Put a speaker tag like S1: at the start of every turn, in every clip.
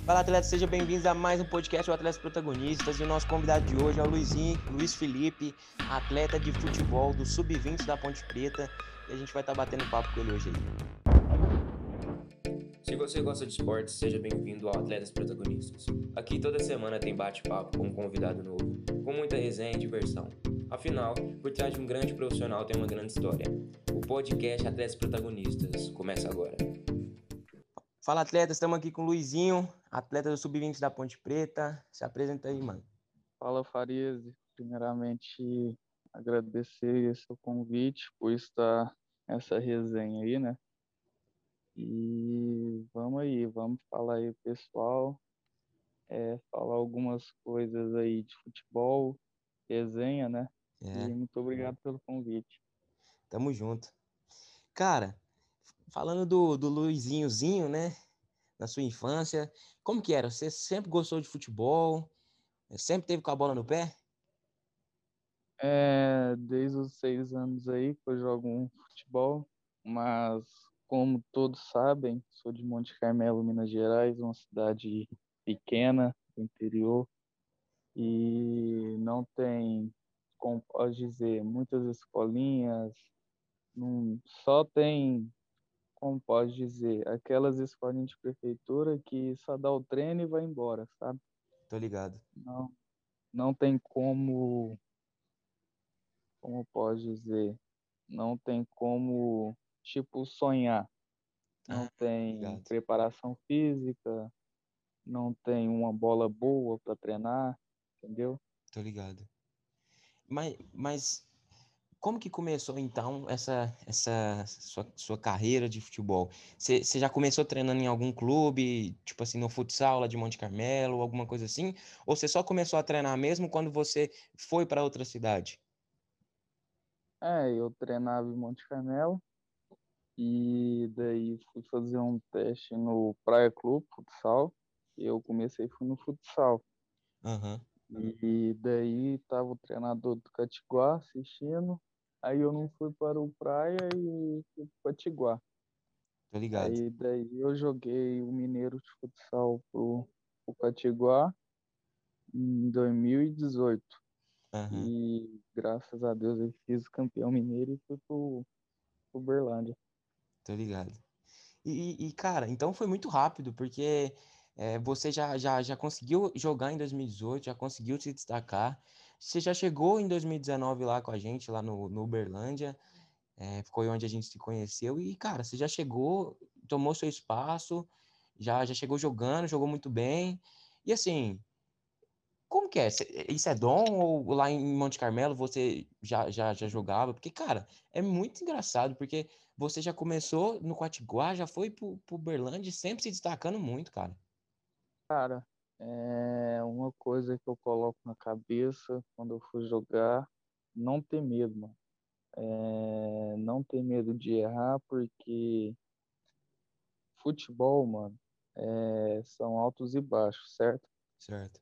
S1: Fala, atletas, sejam bem-vindos a mais um podcast do Atletas Protagonistas. E o nosso convidado de hoje é o Luiz Felipe, atleta de futebol do Sub-20 da Ponte Preta. E a gente vai estar batendo papo com ele hoje aí. Se você gosta de esportes, seja bem-vindo ao Atletas Protagonistas. Aqui toda semana tem bate-papo com um convidado novo, com muita resenha e diversão. Afinal, por trás de um grande profissional tem uma grande história. O podcast Atletas Protagonistas começa agora. Fala, atletas, estamos aqui com o Luizinho, atleta do Sub-20 da Ponte Preta. Se apresenta aí, mano.
S2: Fala, Farias. Primeiramente, agradecer esse seu convite por estar essa resenha aí, né? E vamos aí, vamos falar aí, pessoal. Falar algumas coisas aí de futebol, resenha, né? E muito obrigado pelo convite.
S1: Tamo junto. Cara, falando do Luizinhozinho, né? Na sua infância, como que era? Você sempre gostou de futebol? Sempre teve com a bola no pé?
S2: Desde os 6 anos aí que eu jogo um futebol, mas como todos sabem, sou de Monte Carmelo, Minas Gerais, uma cidade pequena do interior e não tem, como pode dizer, muitas escolinhas, não, só tem, como pode dizer, aquelas escolinhas de prefeitura que só dá o treino e vai embora, sabe?
S1: Tô ligado.
S2: Não, não tem como pode dizer, não tem como, tipo, sonhar. Não
S1: Ah,
S2: tem
S1: ligado.
S2: preparação física, não tem uma bola boa para treinar, entendeu?
S1: Tô ligado. Mas como que começou então essa sua carreira de futebol? Você já começou treinando em algum clube, tipo assim, no futsal lá de Monte Carmelo, alguma coisa assim? Ou você só começou a treinar mesmo quando você foi para outra cidade?
S2: Eu treinava em Monte Carmelo e daí fui fazer um teste no Praia Clube Futsal. Eu comecei fui no futsal.
S1: Aham,
S2: E daí tava o treinador do Catiguá assistindo. Aí eu não fui para o Praia e fui para o Catiguá.
S1: tô ligado.
S2: Aí daí eu joguei o Mineiro de futsal pro Catiguá em 2018.
S1: Aham,
S2: E graças a Deus eu fiz campeão mineiro e fui pro Uberlândia.
S1: tô ligado. Cara, então foi muito rápido, porque você já conseguiu jogar em 2018, já conseguiu se destacar. Você já chegou em 2019 lá com a gente, lá no Uberlândia, foi onde a gente se conheceu. E, cara, você já chegou, tomou seu espaço, já chegou jogando, jogou muito bem. E assim, como que é? Isso é dom ou lá em Monte Carmelo você já jogava? Porque, cara, é muito engraçado, porque você já começou no Quatiguá, já foi pro Uberlândia, sempre se destacando muito, cara.
S2: Cara, é uma coisa que eu coloco na cabeça quando eu for jogar, não ter medo, mano. Não ter medo de errar, porque futebol, mano, são altos e baixos, certo?
S1: Certo.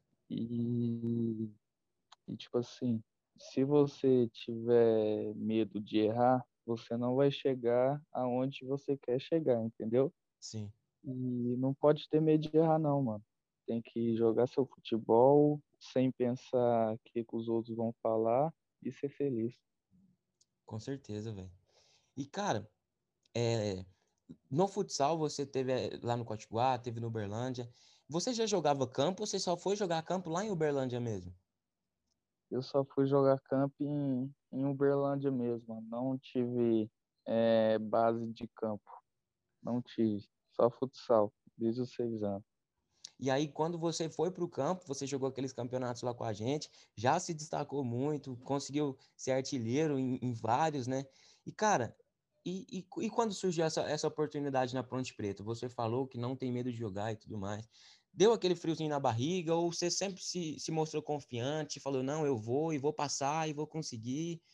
S2: E, e tipo assim, se você tiver medo de errar, você não vai chegar aonde você quer chegar, entendeu?
S1: Sim,
S2: E não pode ter medo de errar, não, mano. Tem que jogar seu futebol sem pensar o que os outros vão falar e ser feliz.
S1: com certeza, velho. E, cara, é, no futsal você teve lá no Quatiguá, teve no Uberlândia. Você já jogava campo ou você só foi jogar campo lá em Uberlândia mesmo?
S2: Eu só fui jogar campo em Uberlândia mesmo, mano. Não tive base de campo. Não tive. Só futsal, desde os 6 anos.
S1: E aí, quando você foi para o campo, você jogou aqueles campeonatos lá com a gente, já se destacou muito, conseguiu ser artilheiro em vários, né? E, cara, e quando surgiu essa oportunidade na Ponte Preta? Você falou que não tem medo de jogar e tudo mais. Deu aquele friozinho na barriga ou você sempre se mostrou confiante, falou, não, eu vou e vou passar e vou conseguir?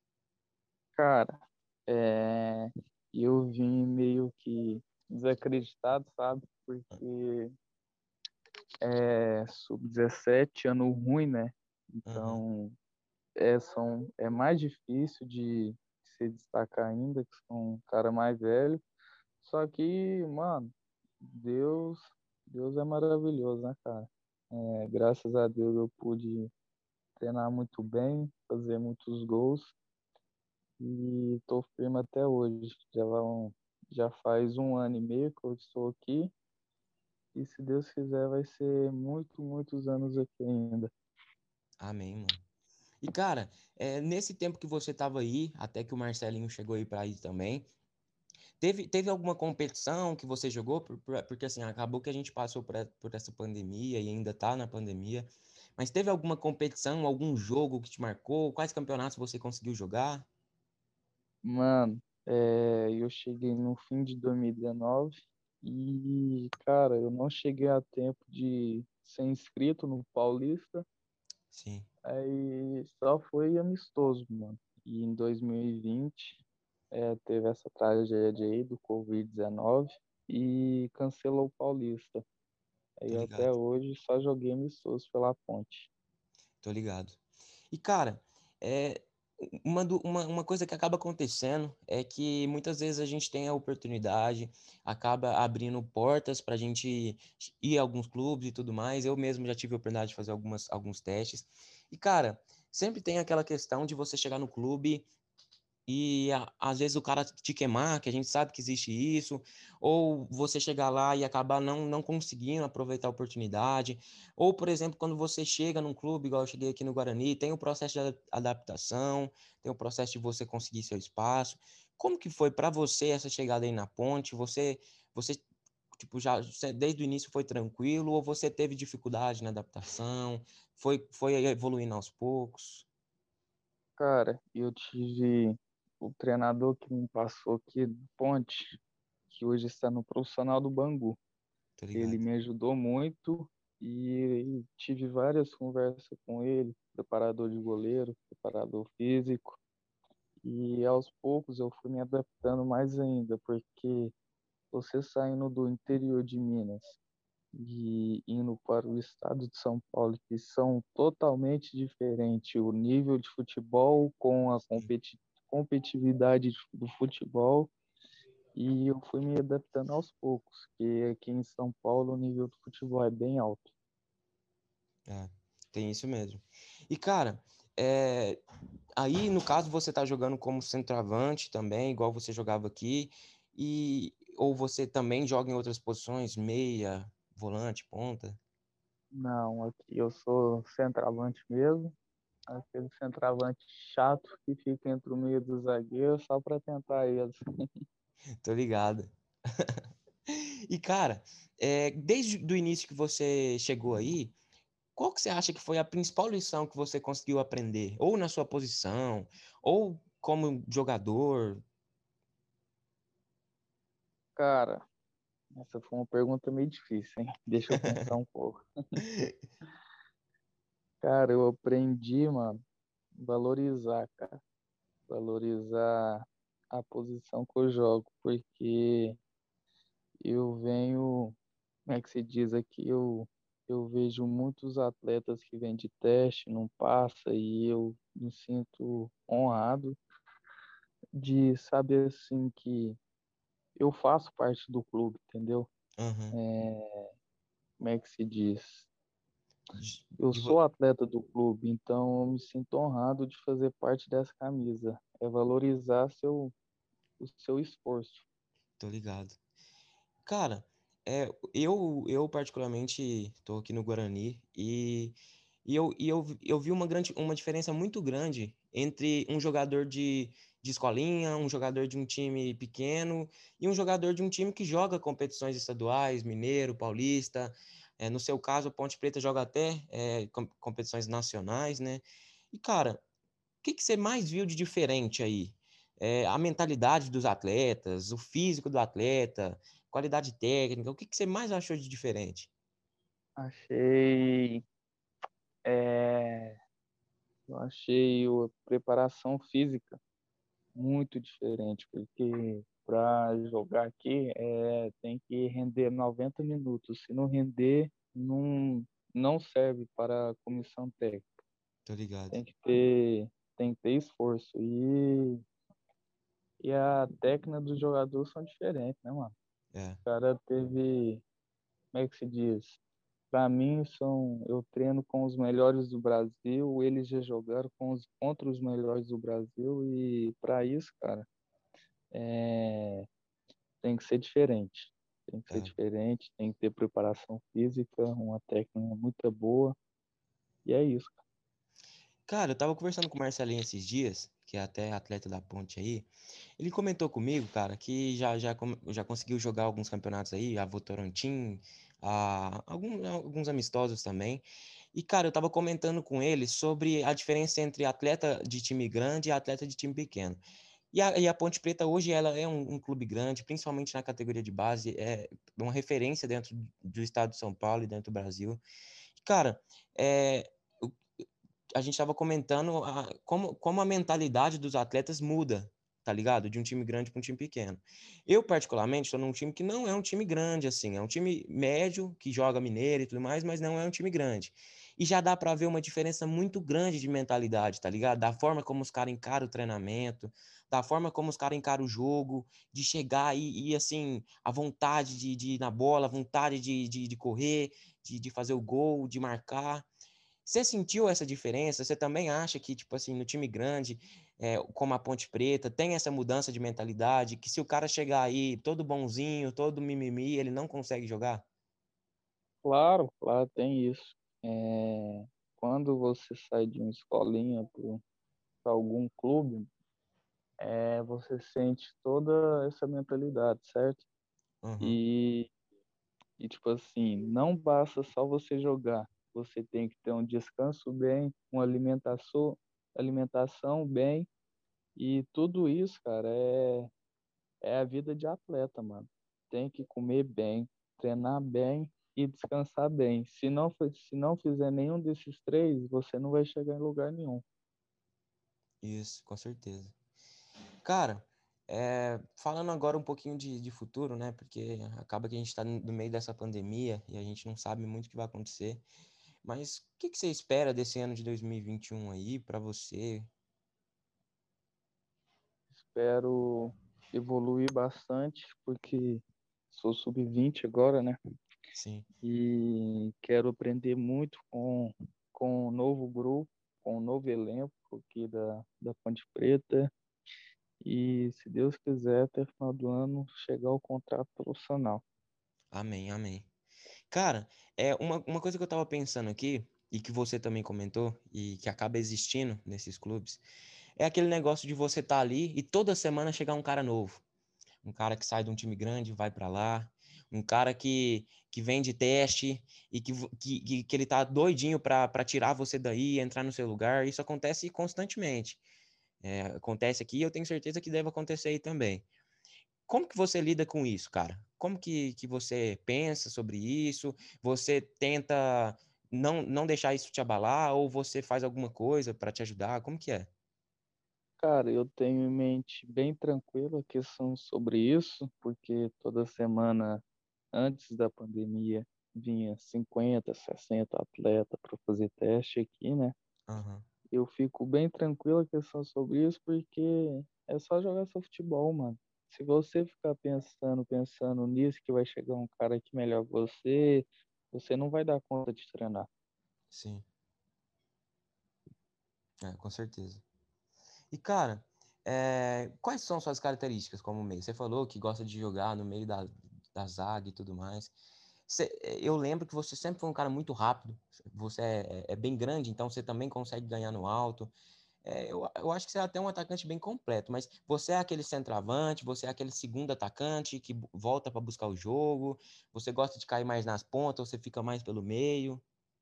S2: Cara, eu vim meio que desacreditado, sabe? Porque sub-17, ano ruim, né?
S1: Aham,
S2: Então, é mais difícil de se destacar ainda, que sou um cara mais velho. Só que, mano, Deus, Deus é maravilhoso, né, cara? Graças a Deus eu pude treinar muito bem, fazer muitos gols e tô firme até hoje. Já faz um ano e meio que eu estou aqui e se Deus quiser vai ser muitos anos aqui ainda.
S1: Amém, mano. E, cara, nesse tempo que você tava aí, até que o Marcelinho chegou aí pra aí também, teve alguma competição que você jogou? Porque, assim, acabou que a gente passou por essa pandemia e ainda tá na pandemia. Mas teve alguma competição, algum jogo que te marcou? Quais campeonatos você conseguiu jogar?
S2: Mano, eu cheguei no fim de 2019 e, cara, eu não cheguei a tempo de ser inscrito no Paulista,
S1: Sim,
S2: aí só foi amistoso, mano. E em 2020, teve essa tragédia aí do Covid-19 e cancelou o Paulista.
S1: tô
S2: Aí até
S1: ligado,
S2: hoje só joguei amistoso pela Ponte.
S1: tô ligado. E, cara, é, uma coisa que acaba acontecendo é que muitas vezes a gente tem a oportunidade, acaba abrindo portas para a gente ir a alguns clubes e tudo mais. Eu mesmo já tive a oportunidade de fazer alguns testes. E, cara, sempre tem aquela questão de você chegar no clube e às vezes o cara te queimar, que a gente sabe que existe isso, ou você chegar lá e acabar não conseguindo aproveitar a oportunidade, ou, por exemplo, quando você chega num clube, igual eu cheguei aqui no Guarani, tem o processo de adaptação, tem o processo de você conseguir seu espaço. Como que foi para você essa chegada aí na Ponte? Você tipo, desde o início foi tranquilo, ou você teve dificuldade na adaptação? Foi evoluindo aos poucos?
S2: Cara, eu tive o treinador que me passou aqui do Ponte, que hoje está no profissional do Bangu.
S1: Tô
S2: Ele
S1: ligado.
S2: me ajudou muito e tive várias conversas com ele, preparador de goleiro, preparador físico, e aos poucos eu fui me adaptando mais ainda, porque você saindo do interior de Minas e indo para o estado de São Paulo, que são totalmente diferentes, o nível de futebol com a
S1: Sim.
S2: competitividade do futebol. E eu fui me adaptando aos poucos, que aqui em São Paulo o nível do futebol é bem alto.
S1: É, tem isso mesmo. E, cara, é, aí no caso você tá jogando como centroavante também, igual você jogava aqui, ou você também joga em outras posições, meia, volante, ponta?
S2: Não, aqui eu sou centroavante mesmo, aquele centroavante chato que fica entre o meio dos zagueiros só para tentar eles.
S1: Tô ligado. E, cara, desde o início que você chegou aí, qual que você acha que foi a principal lição que você conseguiu aprender? Ou na sua posição, ou como jogador?
S2: Cara, essa foi uma pergunta meio difícil, hein? Deixa eu pensar um pouco. Cara, eu aprendi, mano, valorizar, cara, valorizar a posição que eu jogo, porque eu venho, como é que se diz aqui, eu vejo muitos atletas que vêm de teste, não passa, e eu me sinto honrado de saber, assim, que eu faço parte do clube, entendeu?
S1: Aham.
S2: Como é que se diz?
S1: De-
S2: Eu
S1: de vo-
S2: sou atleta do clube, então eu me sinto honrado de fazer parte dessa camisa. É valorizar o seu esforço.
S1: Tô ligado. Cara, eu particularmente tô aqui no Guarani e eu vi uma diferença muito grande entre um jogador de escolinha, um jogador de um time pequeno e um jogador de um time que joga competições estaduais, Mineiro, Paulista. No seu caso, a Ponte Preta joga até competições nacionais, né? E, cara, que você mais viu de diferente aí? A mentalidade dos atletas, o físico do atleta, qualidade técnica, o que você mais achou de diferente?
S2: Achei, é, eu achei a preparação física muito diferente, porque para jogar aqui tem que render 90 minutos. Se não render, não serve para a comissão técnica.
S1: Tô ligado.
S2: Tem que ter, tem que ter esforço. E a técnica dos jogadores são diferentes, né, mano?
S1: É,
S2: O cara teve. como é que se diz? Para mim, eu treino com os melhores do Brasil, eles já jogaram contra os melhores do Brasil, e para isso, cara, é, tem que ser diferente. Tem que ser
S1: É.
S2: diferente, tem que ter preparação física, uma técnica muito boa, e é isso, cara.
S1: Cara, eu tava conversando com o Marcelinho esses dias, que é até atleta da Ponte aí. Ele comentou comigo, cara, que já conseguiu jogar alguns campeonatos aí, a Votorantim, alguns amistosos também. E, cara, eu tava comentando com ele sobre a diferença entre atleta de time grande e atleta de time pequeno. E a Ponte Preta hoje ela é um clube grande, principalmente na categoria de base, é uma referência dentro do estado de São Paulo e dentro do Brasil. Cara, é, a gente estava comentando como a mentalidade dos atletas muda, tá ligado? De um time grande para um time pequeno. Eu, particularmente, estou num time que não é um time grande, assim. É um time médio, que joga mineiro e tudo mais, mas não é um time grande. E já dá para ver uma diferença muito grande de mentalidade, tá ligado? Da forma como os caras encaram o treinamento, da forma como os caras encaram o jogo, de chegar e assim, a vontade de ir na bola, a vontade de correr, de fazer o gol, de marcar. Você sentiu essa diferença? Você também acha que, tipo assim, no time grande, como a Ponte Preta, tem essa mudança de mentalidade, que se o cara chegar aí todo bonzinho, todo mimimi, ele não consegue jogar?
S2: Claro, claro, tem isso. Quando você sai de uma escolinha para algum clube, você sente toda essa mentalidade, certo?
S1: Uhum.
S2: E, tipo assim, não basta só você jogar, você tem que ter um descanso bem, uma alimentação bem, e tudo isso, cara, é a vida de atleta, mano. Tem que comer bem, treinar bem e descansar bem. Se não fizer nenhum desses três, você não vai chegar em lugar nenhum.
S1: Isso, com certeza. Cara, falando agora um pouquinho de futuro, né? Porque acaba que a gente está no meio dessa pandemia e a gente não sabe muito o que vai acontecer. Mas o que que você espera desse ano de 2021 aí para você?
S2: Espero evoluir bastante, porque sou sub-20 agora, né?
S1: Sim.
S2: E quero aprender muito com um novo grupo, com um novo elenco aqui da Ponte Preta. E, se Deus quiser, até final do ano chegar ao contrato profissional.
S1: Amém, amém. Cara, uma coisa que eu tava pensando aqui, e que você também comentou, e que acaba existindo nesses clubes, é aquele negócio de você estar ali e toda semana chegar um cara novo. Um cara que sai de um time grande, vai pra lá. Um cara que vem de teste e que ele tá doidinho pra tirar você daí, entrar no seu lugar. Isso acontece constantemente. Acontece aqui e eu tenho certeza que deve acontecer aí também. Como que você lida com isso, cara? Como que você pensa sobre isso? Você tenta não deixar isso te abalar ou você faz alguma coisa para te ajudar? Como que é?
S2: Cara, eu tenho em mente bem tranquila a questão sobre isso, porque toda semana antes da pandemia vinha 50, 60 atletas para fazer teste aqui, né?
S1: Aham.
S2: Eu fico bem tranquilo a questão sobre isso, porque é só jogar seu futebol, mano. Se você ficar pensando nisso, que vai chegar um cara aqui melhor que você não vai dar conta de treinar.
S1: Sim, com certeza. E, cara, quais são suas características como meio? Você falou que gosta de jogar no meio da zaga e tudo mais. Eu lembro que você sempre foi um cara muito rápido. Você é bem grande, então você também consegue ganhar no alto. Eu acho que você é até um atacante bem completo, mas você é aquele centroavante, você é aquele segundo atacante que volta para buscar o jogo, você gosta de cair mais nas pontas, você fica mais pelo meio.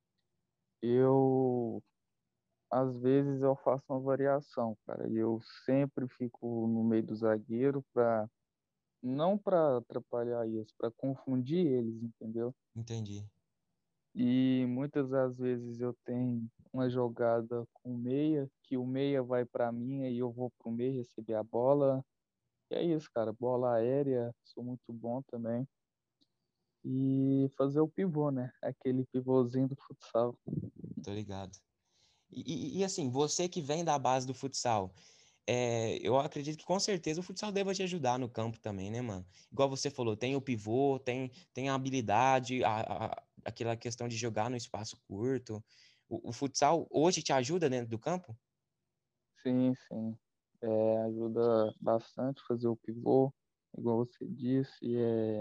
S2: Eu, às vezes, eu faço uma variação, cara. E eu sempre fico no meio do zagueiro não para atrapalhar eles, para confundir eles, entendeu?
S1: Entendi,
S2: E muitas das vezes eu tenho uma jogada com o meia, que o meia vai para mim e eu vou pro meio receber a bola. E é isso, cara. Bola aérea, sou muito bom também. E fazer o pivô, né? Aquele pivôzinho do futsal.
S1: tô ligado. E assim, você que vem da base do futsal, eu acredito que com certeza o futsal deva te ajudar no campo também, né, mano? Igual você falou, tem o pivô, tem a habilidade, aquela questão de jogar no espaço curto. O futsal hoje te ajuda dentro do campo?
S2: Sim, sim. Ajuda bastante fazer o pivô, igual você disse,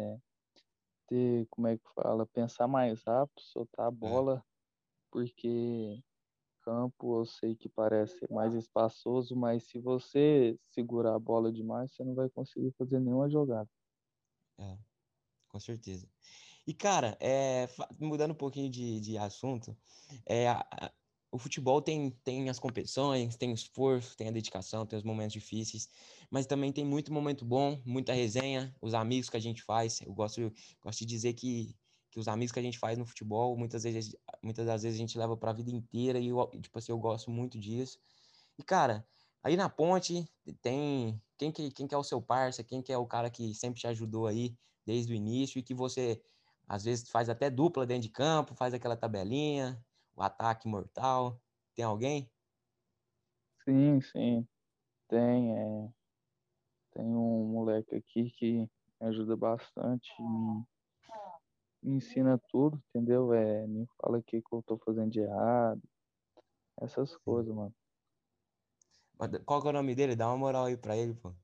S2: ter, como é que fala, pensar mais rápido, soltar a
S1: É,
S2: bola, porque campo eu sei que parece mais espaçoso, mas se você segurar a bola demais, você não vai conseguir fazer nenhuma jogada.
S1: é, com certeza. E, cara, mudando um pouquinho de assunto, o futebol tem as competições, tem o esforço, tem a dedicação, tem os momentos difíceis, mas também tem muito momento bom, muita resenha, os amigos que a gente faz. Eu gosto de dizer que os amigos que a gente faz no futebol, muitas das vezes a gente leva para a vida inteira e, tipo assim, eu gosto muito disso. E, cara, aí na ponte tem quem que é o seu parça, quem que é o cara que sempre te ajudou aí desde o início e que você às vezes faz até dupla dentro de campo, faz aquela tabelinha, o ataque mortal. Tem alguém?
S2: Sim, sim, tem. Tem um moleque aqui que me ajuda bastante, me ensina tudo, entendeu? Me fala o que que eu tô fazendo de errado, essas
S1: Sim.
S2: coisas, mano.
S1: Qual que é o nome dele? Dá uma moral aí pra ele, pô.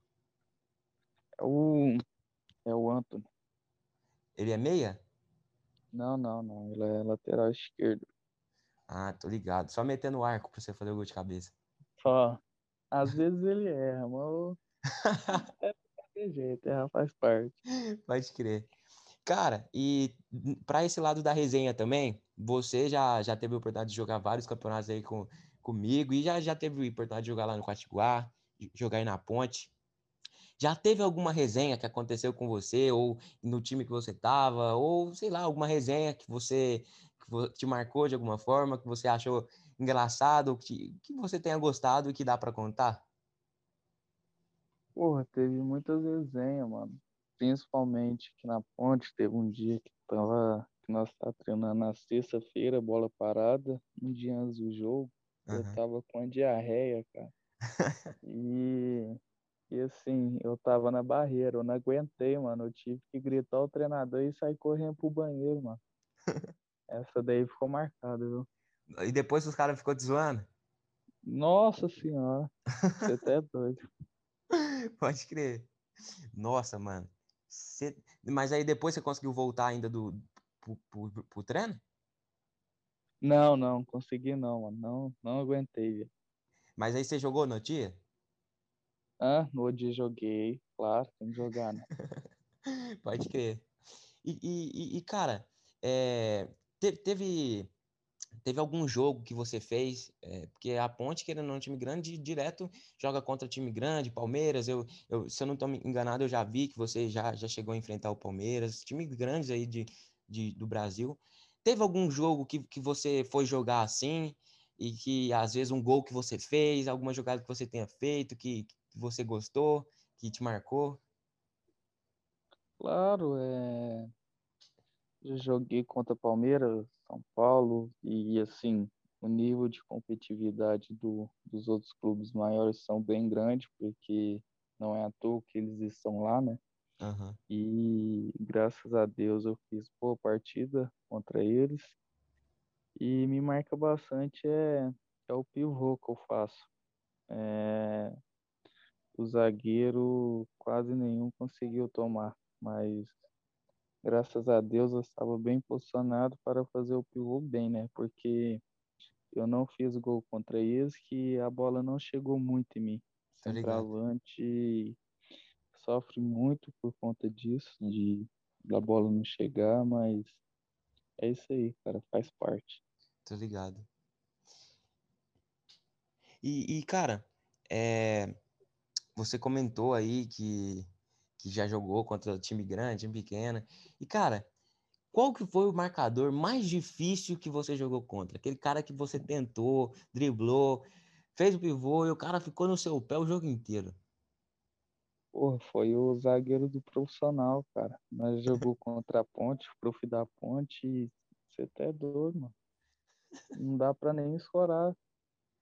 S2: É o, é o Anthony.
S1: Ele é meia?
S2: Não, não, não. Ele é lateral esquerdo.
S1: Ah, tô ligado. Só metendo o arco pra você fazer o gol de cabeça.
S2: Só, às vezes ele erra, mas é de jeito, erra faz parte.
S1: Pode crer. Cara, e para esse lado da resenha também, você já teve a oportunidade de jogar vários campeonatos aí comigo e já teve a oportunidade de jogar lá no Quatiguá, jogar aí na Ponte. Já teve alguma resenha que aconteceu com você, ou no time que você tava, ou sei lá, alguma resenha que te marcou de alguma forma, que você achou engraçado, que você tenha gostado e que dá para contar?
S2: Porra, teve muitas resenhas, mano. Principalmente que na ponte teve um dia que nós tá treinando na sexta-feira, bola parada, um dia antes do jogo, eu
S1: Aham.
S2: tava com a diarreia, cara. E, e assim, eu tava na barreira, eu não aguentei, mano. Eu tive que gritar o treinador e sair correndo pro banheiro, mano. Essa daí ficou marcada, viu?
S1: E depois os caras ficou te zoando?
S2: Nossa senhora, você até é doido.
S1: Pode crer. Nossa, mano. Mas aí depois você conseguiu voltar ainda pro treino?
S2: Não, não, consegui não, mano. Não, não aguentei, viu?
S1: Mas aí você jogou no dia?
S2: Ah, no dia joguei, claro, tem que jogar, né?
S1: Pode crer. Cara, é, teve. Teve algum jogo que você fez? Porque a Ponte, querendo ou não, é um time grande, direto joga contra time grande, Palmeiras. Se eu não estou enganado, eu já vi que você já chegou a enfrentar o Palmeiras, times grandes aí do Brasil. Teve algum jogo que você foi jogar assim e que às vezes um gol que você fez, alguma jogada que você tenha feito, que você gostou, que te marcou?
S2: Claro, já joguei contra Palmeiras, São Paulo, e assim, o nível de competitividade dos outros clubes maiores são bem grandes, porque não é à toa que eles estão lá, né?
S1: Aham,
S2: E graças a Deus eu fiz boa partida contra eles. E me marca bastante é o pivô que eu faço. É, o zagueiro quase nenhum conseguiu tomar, mas graças a Deus eu estava bem posicionado para fazer o pivô bem, né? Porque eu não fiz gol contra eles, que a bola não chegou muito em mim.
S1: tô ligado,
S2: Centroavante sofre muito por conta disso, da bola não chegar, mas é isso aí, cara, faz parte.
S1: tô ligado. Cara, é, você comentou aí que já jogou contra time grande, time pequeno. E, cara, qual que foi o marcador mais difícil que você jogou contra? Aquele cara que você tentou, driblou, fez o pivô e o cara ficou no seu pé o jogo inteiro.
S2: Porra, foi o zagueiro do profissional, cara. Nós jogou contra a Ponte, o prof da Ponte, e você até é doido, mano. Não dá pra nem escorar.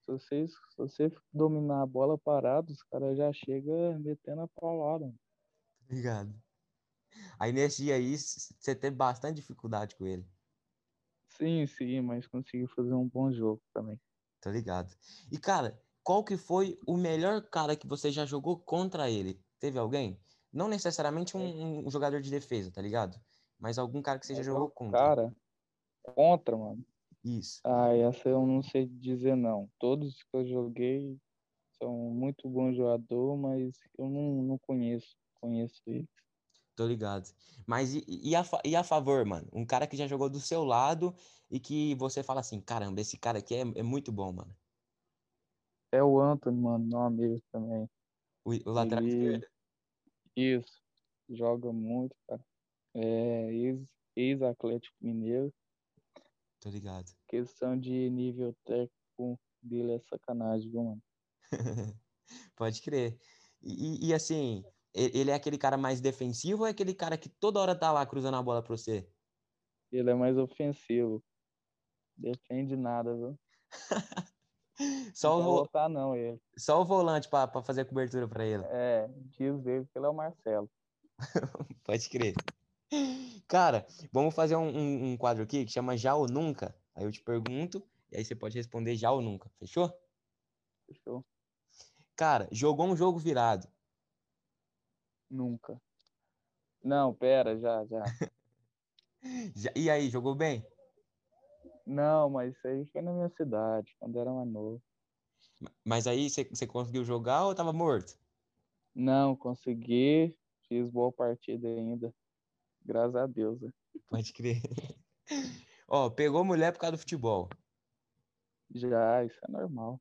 S2: Se você dominar a bola parado, os caras já chegam metendo a paulada.
S1: Obrigado. Aí nesse dia aí, você teve bastante dificuldade com ele.
S2: Sim, mas conseguiu fazer um bom jogo também.
S1: Tô ligado. E, cara, qual que foi o melhor cara que você já jogou contra ele? Teve alguém? Não necessariamente um jogador de defesa, tá ligado? Mas algum cara que você já jogou
S2: Melhor
S1: contra.
S2: cara, contra, mano.
S1: Isso.
S2: Ah, essa eu não sei dizer não. Todos que eu joguei são muito bons jogadores, mas eu não conheço eles.
S1: Tô ligado. Mas e a favor, mano? Um cara que já jogou do seu lado e que você fala assim, caramba, esse cara aqui é muito bom, mano.
S2: É o Antony, mano, meu amigo também.
S1: O lateral
S2: Ele,
S1: esquerdo?
S2: isso, joga muito, cara. É ex-Atlético Mineiro.
S1: Tô ligado.
S2: Questão de nível técnico dele é sacanagem, viu, mano?
S1: Pode crer. E assim, ele é aquele cara mais defensivo ou é aquele cara que toda hora tá lá cruzando a bola pra você?
S2: Ele é mais ofensivo. Defende nada, viu? Não
S1: Só o,
S2: quer
S1: vo-
S2: voltar, não, ele.
S1: só o volante pra fazer a cobertura pra ele.
S2: É, diz ele que ele é o Marcelo.
S1: Pode crer. Cara, vamos fazer um quadro aqui que chama Já ou Nunca. Aí eu te pergunto, e aí você pode responder já ou nunca. Fechou?
S2: Fechou?
S1: Cara, jogou um jogo virado.
S2: Nunca. Não, pera, já.
S1: E aí, jogou bem?
S2: Não, mas isso aí foi na minha cidade, quando eu era mais novo.
S1: Mas aí você conseguiu jogar ou tava morto?
S2: Não, consegui, fiz boa partida ainda, graças a Deus, né?
S1: Pode crer. Ó, pegou mulher por causa do futebol.
S2: Já, isso é normal.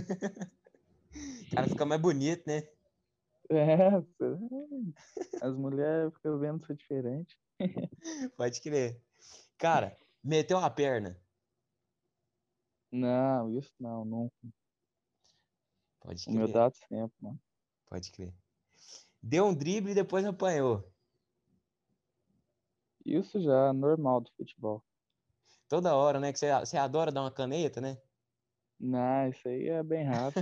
S1: O cara fica mais bonito, né?
S2: É, as mulheres ficam vendo isso diferente.
S1: Pode crer. Cara, meteu a perna.
S2: Não, isso não.
S1: Pode crer,
S2: Humildade sempre, mano.
S1: pode crer. Deu um drible e depois apanhou.
S2: Isso já é normal do futebol.
S1: Toda hora, né? Que você adora dar uma caneta, né?
S2: Não, isso aí é bem raro.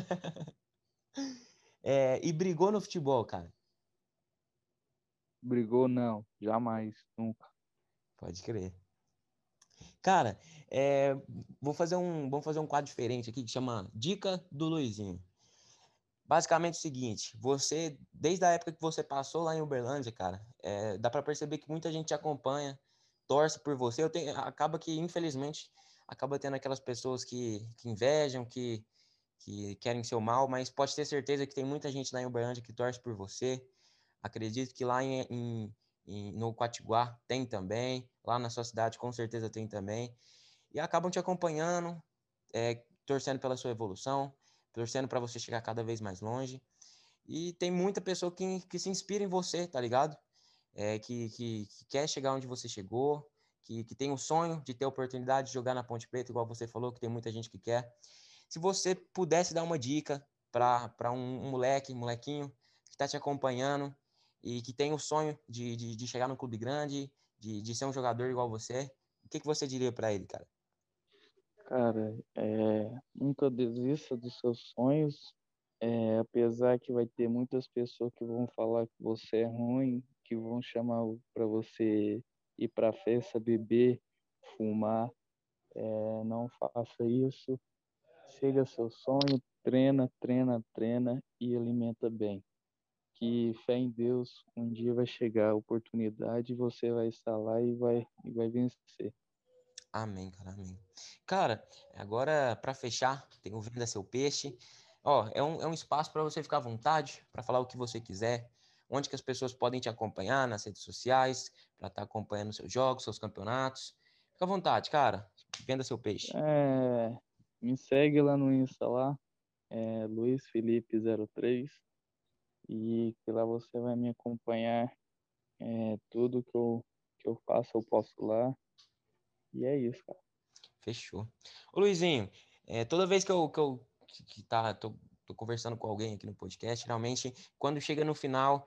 S1: É, e brigou no futebol, cara.
S2: Brigou, não, jamais, nunca.
S1: Pode crer. Cara, vamos fazer um quadro diferente aqui que chama Dica do Luizinho. Basicamente é o seguinte, você, desde a época que você passou lá em Uberlândia, cara, dá pra perceber que muita gente te acompanha, torce por você. Acaba que, infelizmente, acaba tendo aquelas pessoas que invejam, que querem seu mal, mas pode ter certeza que tem muita gente lá em Uberlândia que torce por você. Acredito que lá no Quatiguá tem também, lá na sua cidade com certeza tem também. E acabam te acompanhando, torcendo pela sua evolução, torcendo para você chegar cada vez mais longe. E tem muita pessoa que se inspira em você, tá ligado? Que quer chegar onde você chegou, que tem o sonho de ter a oportunidade de jogar na Ponte Preta, igual você falou, que tem muita gente que quer. Se você pudesse dar uma dica para um molequinho que está te acompanhando e que tem o sonho de chegar num clube grande, de ser um jogador igual você, o que você diria para ele, cara?
S2: Cara, nunca desista dos seus sonhos, apesar que vai ter muitas pessoas que vão falar que você é ruim, que vão chamar para você ir para festa, beber, fumar, não faça isso. Siga seu sonho, treina e alimenta bem. Que fé em Deus, um dia vai chegar a oportunidade e você vai estar lá e vai vencer.
S1: Amém, cara, amém. Cara, agora para fechar, tem o Venda Seu Peixe. Ó, é um espaço para você ficar à vontade, para falar o que você quiser, onde que as pessoas podem te acompanhar nas redes sociais, para estar acompanhando seus jogos, seus campeonatos. Fica à vontade, cara. Venda seu peixe.
S2: Me segue lá no Insta lá, Luiz Felipe 03 e que lá você vai me acompanhar, tudo que eu faço eu posto lá e é isso, cara.
S1: Fechou. Ô, Luizinho, toda vez tô conversando com alguém aqui no podcast, geralmente, quando chega no final,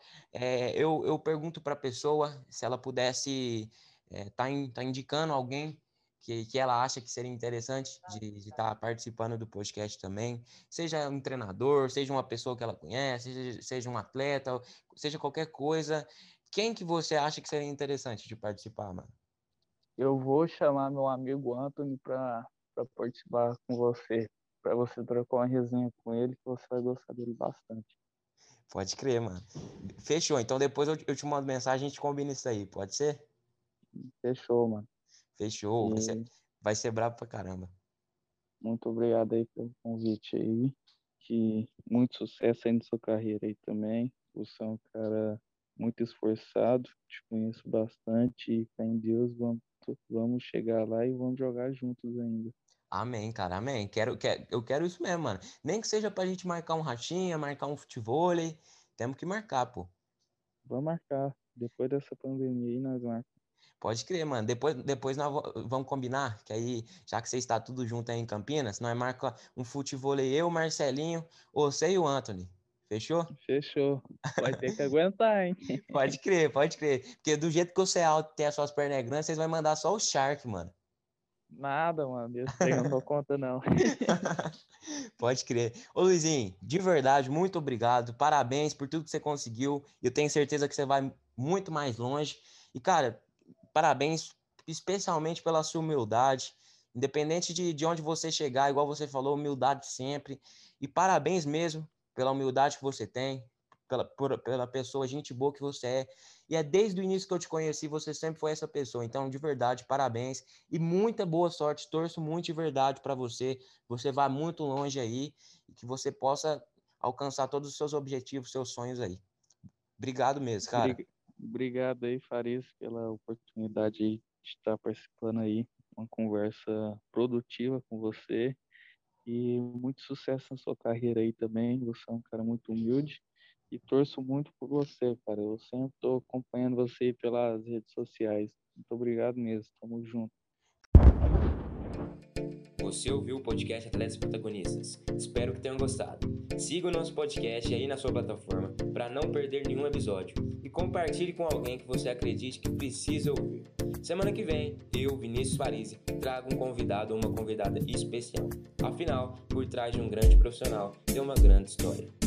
S1: eu pergunto para a pessoa se ela pudesse tá indicando alguém que ela acha que seria interessante de estar participando do podcast também. Seja um treinador, seja uma pessoa que ela conhece, seja um atleta, seja qualquer coisa. Quem que você acha que seria interessante de participar, mano?
S2: Eu vou chamar meu amigo Anthony para participar com você, para você trocar uma resenha com ele, que você vai gostar dele bastante.
S1: Pode crer, mano. Fechou. Então depois eu te mando mensagem e a gente combina isso aí, pode ser?
S2: Fechou, mano.
S1: Fechou.
S2: E
S1: Vai ser brabo pra caramba.
S2: muito obrigado aí pelo convite aí. Que muito sucesso aí na sua carreira aí também. Você é um cara muito esforçado, te conheço bastante e fé em Deus, vamos chegar lá e vamos jogar juntos ainda.
S1: Amém, cara, amém. Eu quero isso mesmo, mano. Nem que seja pra gente marcar um ratinha, marcar um futevôlei. Temos que marcar, pô.
S2: Vamos marcar. Depois dessa pandemia aí, nós marcamos.
S1: Pode crer, mano. Depois nós vamos combinar, que aí, já que você está tudo junto aí em Campinas, nós marca um futevôlei, eu, Marcelinho, você e o Anthony. Fechou?
S2: Fechou. Vai ter que aguentar, hein?
S1: Pode crer, pode crer. Porque do jeito que você é alto e tem as suas pernas grandes, vocês vão mandar só o Shark, mano.
S2: Nada, mano. Esse trem eu não dou conta, não.
S1: Pode crer. Ô Luizinho, de verdade, muito obrigado. Parabéns por tudo que você conseguiu. Eu tenho certeza que você vai muito mais longe. E, cara, parabéns especialmente pela sua humildade. Independente de onde você chegar, igual você falou, humildade sempre. E parabéns mesmo pela humildade que você tem, pela pessoa, gente boa que você é. E é desde o início que eu te conheci, você sempre foi essa pessoa. Então, de verdade, parabéns. E muita boa sorte. Torço muito de verdade para você. Você vai muito longe aí e que você possa alcançar todos os seus objetivos, seus sonhos aí. Obrigado mesmo, cara.
S2: Obrigado aí, Farias, pela oportunidade aí de estar participando aí. Uma conversa produtiva com você. E muito sucesso na sua carreira aí também. Você é um cara muito humilde. E torço muito por você, cara. Eu sempre estou acompanhando você pelas redes sociais. Muito obrigado mesmo. Tamo junto.
S1: Você ouviu o podcast Atletas Protagonistas. Espero que tenham gostado. Siga o nosso podcast aí na sua plataforma para não perder nenhum episódio. E compartilhe com alguém que você acredite que precisa ouvir. Semana que vem, eu, Vinícius Farisi, trago um convidado ou uma convidada especial. Afinal, por trás de um grande profissional tem uma grande história.